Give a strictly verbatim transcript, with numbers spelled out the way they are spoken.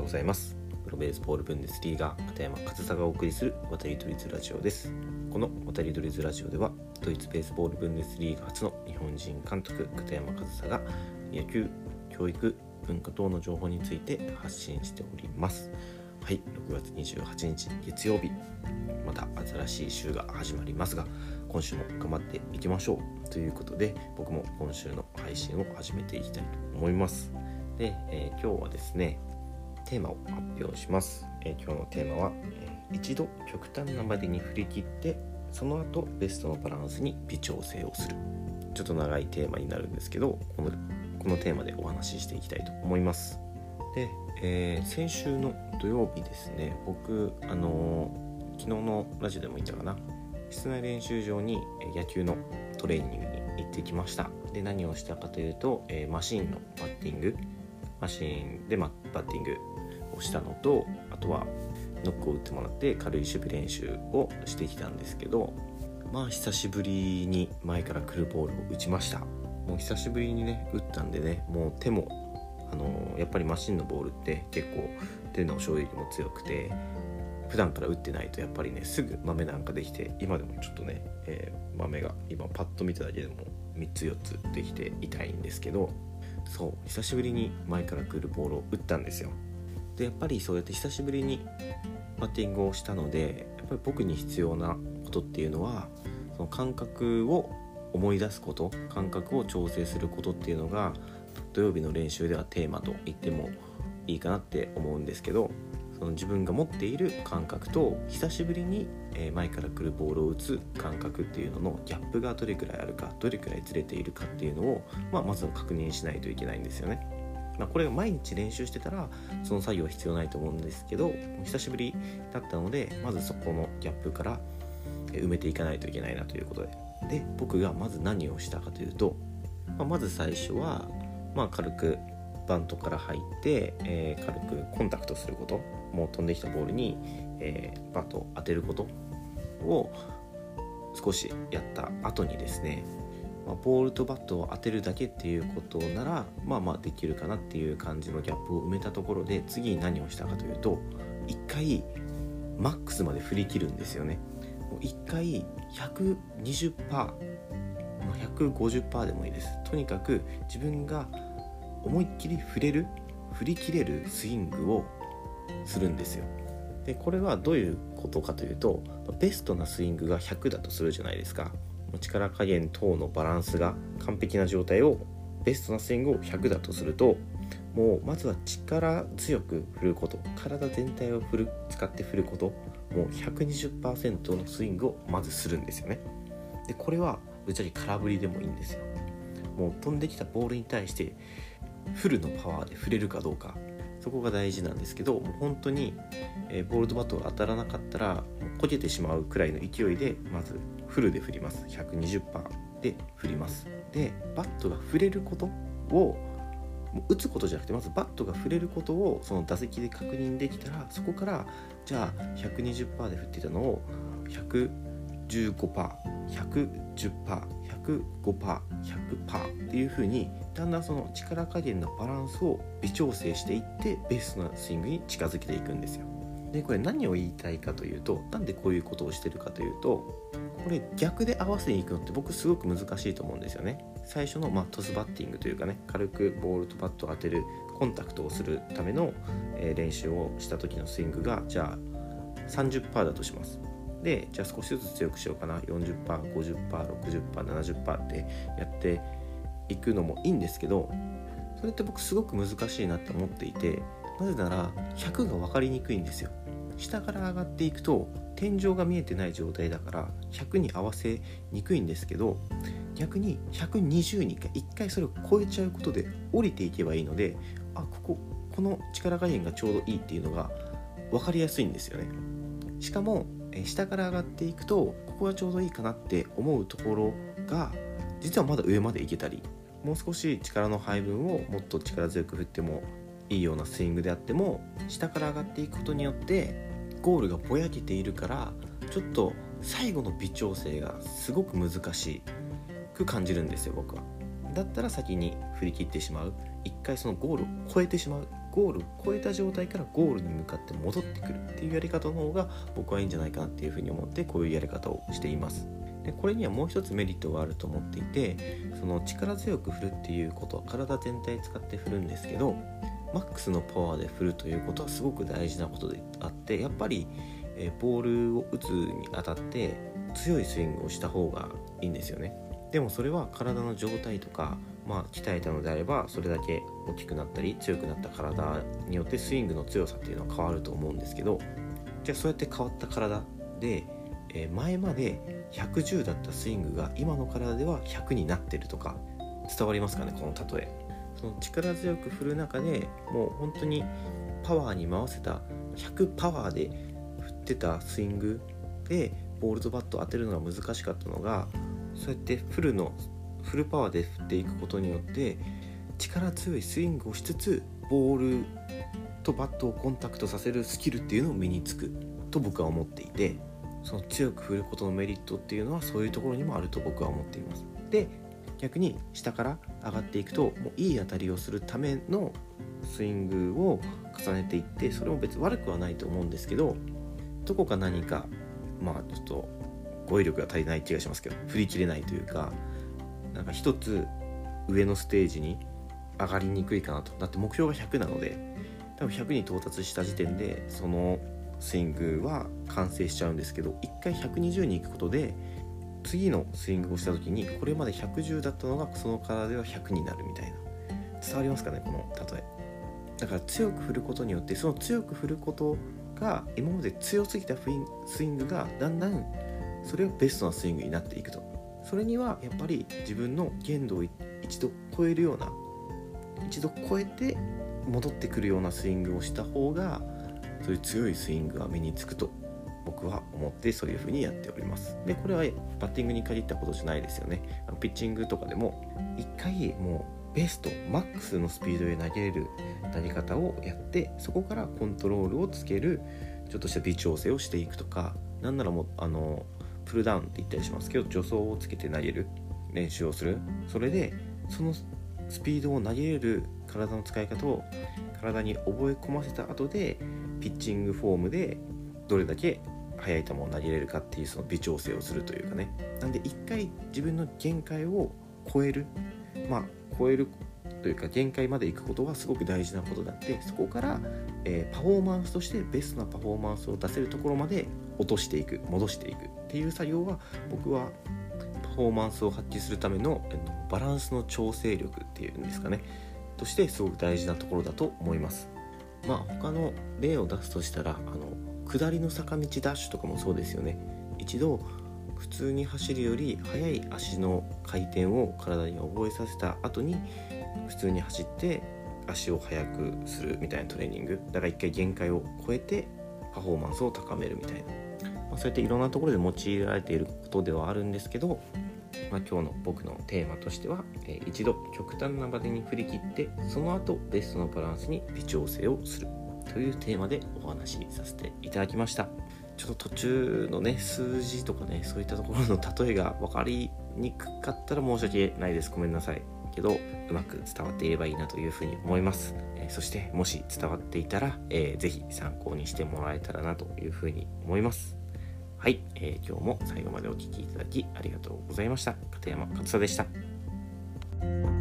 ようございます。プロベースボールブンデスリーガ片山和沙がお送りする渡りドリズラジオです。この渡りドリズラジオではドイツベースボールブンデスリーガ初の日本人監督片山和沙が野球、教育、文化等の情報について発信しております。はい、ろくがつにじゅうはちにち月曜日、また新しい週が始まりますが、今週も頑張っていきましょうということで、僕も今週の配信を始めていきたいと思います。で、えー、今日はですねテーマを発表します。えー、今日のテーマは、えー、一度極端なまでに振り切ってその後ベストのバランスに微調整をする。ちょっと長いテーマになるんですけど、この、このテーマでお話ししていきたいと思います。で、えー、先週の土曜日ですね、僕あのー、昨日のラジオでも言ったかな、室内練習場に野球のトレーニングに行ってきました。で、何をしたかというと、えー、マシンのバッティングマシンでバッティングをしたのと、あとはノックを打ってもらって軽い守備練習をしてきたんですけど、まあ久しぶりに前から来るボールを打ちました。もう久しぶりにね打ったんでね、もう手もあのやっぱりマシンのボールって結構手の衝撃も強くて、普段から打ってないとやっぱりねすぐ豆なんかできて、今でもちょっとね、えー、豆が今パッと見ただけでもみっつよっつできて痛いんですけど、そう久しぶりに前から来るボールを打ったんですよ。でやっぱりそうやって久しぶりにバッティングをしたので、やっぱり僕に必要なことっていうのは、その感覚を思い出すこと、感覚を調整することっていうのが土曜日の練習ではテーマと言ってもいいかなって思うんですけど、その自分が持っている感覚と久しぶりに前から来るボールを打つ感覚っていうののギャップがどれくらいあるか、どれくらいずれているかっていうのを、まあ、まずは確認しないといけないんですよね。まあ、これが毎日練習してたらその作業は必要ないと思うんですけど、久しぶりだったのでまずそこのギャップから埋めていかないといけないなということで、で僕がまず何をしたかというと、まあ、まず最初は、まあ、軽くバントから入って、えー、軽くコンタクトすること、もう飛んできたボールに、えー、バットを当てることを少しやった後にですね、まあ、ボールとバットを当てるだけっていうことならまあまあできるかなっていう感じのギャップを埋めたところで、次に何をしたかというと、一回マックスまで振り切るんですよね。もう一回 ひゃくにじゅっパーセント、ひゃくごじゅっパーセント でもいいです。とにかく自分が思いっきり振れる振り切れるスイングをするんですよ。でこれはどういうことかというと、ベストなスイングがひゃくだとするじゃないですか。力加減等のバランスが完璧な状態を、ベストなスイングをひゃくだとすると、もうまずは力強く振ること、体全体を振る使って振ること、もう ひゃくにじゅっパーセント のスイングをまずするんですよね。でこれはぶっちゃけ空振りでもいいんですよ。もう飛んできたボールに対してフルのパワーで振れるかどうか、そこが大事なんですけど、もう本当に、えー、ボールとバットが当たらなかったらもう焦げてしまうくらいの勢いでまずフルで振ります。 ひゃくにじゅっパーセント で振ります。でバットが振れることを、もう打つことじゃなくて、まずバットが振れることをその打席で確認できたら、そこからじゃあ ひゃくにじゅっパーセント で振ってたのを ひゃくじゅうごパーセント、ひゃくじゅっパーセント、ひゃくごパーセント、ひゃくパーセント っていう風にだんだんその力加減のバランスを微調整していってベストなスイングに近づけていくんですよ。でこれ何を言いたいかというと、なんでこういうことをしてるかというと、これ逆で合わせにいくのって僕すごく難しいと思うんですよね。最初の、まあ、トスバッティングというかね、軽くボールとバットを当てるコンタクトをするための、えー、練習をした時のスイングがじゃあ さんじゅっパーセント だとします。でじゃあ少しずつ強くしようかな、 よんじゅっパーセント、ごじゅっパーセント、ろくじゅっパーセント、ななじゅっパーセント ってやっていくのもいいんですけど、それって僕すごく難しいなって思っていて、なぜならひゃくが分かりにくいんですよ。下から上がっていくと天井が見えてない状態だからひゃくに合わせにくいんですけど、逆にひゃくにじゅうにいっかいそれを超えちゃうことで降りていけばいいので、あ、こここの力加減がちょうどいいっていうのが分かりやすいんですよね。しかも下から上がっていくとここがちょうどいいかなって思うところが実はまだ上までいけたり、もう少し力の配分をもっと力強く振ってもいいようなスイングであっても、下から上がっていくことによってゴールがぼやけているから、ちょっと最後の微調整がすごく難しく感じるんですよ僕は。だったら先に振り切ってしまう、一回そのゴールを超えてしまうゴールを超えた状態からゴールに向かって戻ってくるっていうやり方の方が僕はいいんじゃないかなっていうふうに思って、こういうやり方をしています。でこれにはもう一つメリットがあると思っていて、その力強く振るっていうことは体全体使って振るんですけど、マックスのパワーで振るということはすごく大事なことであって、やっぱり、えー、ボールを打つにあたって強いスイングをした方がいいんですよね。でもそれは体の状態とか、まあ、鍛えたのであればそれだけ大きくなったり強くなった体によってスイングの強さっていうのは変わると思うんですけど、じゃあそうやって変わった体で、えー、前までひゃくじゅうだったスイングが今の体ではひゃくになってるとか、伝わりますかね、この例え。その力強く振る中でもう本当にパワーに回せたひゃくパワーで振ってたスイングでボールとバットを当てるのが難しかったのが、そうやってフルのフルパワーで振っていくことによって力強いスイングをしつつボールとバットをコンタクトさせるスキルっていうのを身につくと僕は思っていて、その強く振ることのメリットっていうのはそういうところにもあると僕は思っています。で逆に下から上がっていくと、もういい当たりをするためのスイングを重ねていって、それも別に悪くはないと思うんですけど、どこか何かまあちょっと語彙力が足りない気がしますけど、振り切れないというか、なんか一つ上のステージに上がりにくいかなと。だって目標がひゃくなので、多分ひゃくに到達した時点でそのスイングは完成しちゃうんですけど、一回ひゃくにじゅうに行くことで次のスイングをした時にこれまでひゃくじゅうだったのがその体ではひゃくになるみたいな。伝わりますかね、この例え。だから強く振ることによって、その強く振ることが今まで強すぎたスイングがだんだんそれがベストなスイングになっていくと。それにはやっぱり自分の限度を一度超えるような、一度超えて戻ってくるようなスイングをした方が、そういう強いスイングが身につくと僕は思って、そういう風にやっております。でこれはバッティングに限ったことじゃないですよね。あのピッチングとかでも一回もうベストマックスのスピードで投げれる投げ方をやって、そこからコントロールをつけるちょっとした微調整をしていくとか、なんならもうあのプルダウンって言ったりしますけど、助走をつけて投げる練習をする。それでそのスピードを投げれる体の使い方を体に覚え込ませた後で、ピッチングフォームでどれだけ速い球を投げれるかっていうその微調整をするというかね。なんで一回自分の限界を超える、まあ超えるというか限界まで行くことはすごく大事なことであって、そこから、えー、パフォーマンスとしてベストなパフォーマンスを出せるところまで落としていく、戻していくっていう作業は、僕はパフォーマンスを発揮するためのバランスの調整力っていうんですかね、としてすごく大事なところだと思います。まあ他の例を出すとしたら、あの下りの坂道ダッシュとかもそうですよね。一度普通に走るより速い足の回転を体に覚えさせた後に普通に走って足を速くするみたいなトレーニングだから、一回限界を超えてパフォーマンスを高めるみたいな、まあ、そうやっていろんなところで用いられていることではあるんですけど、まあ、今日の僕のテーマとしては、えー、一度極端な場でに振り切ってその後ベストのバランスに微調整をするというテーマでお話しさせていただきました。ちょっと途中のね数字とかね、そういったところの例えが分かりにくかったら申し訳ないです。ごめんなさいけど、うまく伝わっていればいいなというふうに思います。えー、そしてもし伝わっていたら、えー、ぜひ参考にしてもらえたらなというふうに思います。はい、えー、今日も最後までお聞きいただきありがとうございました。片山和沙でした。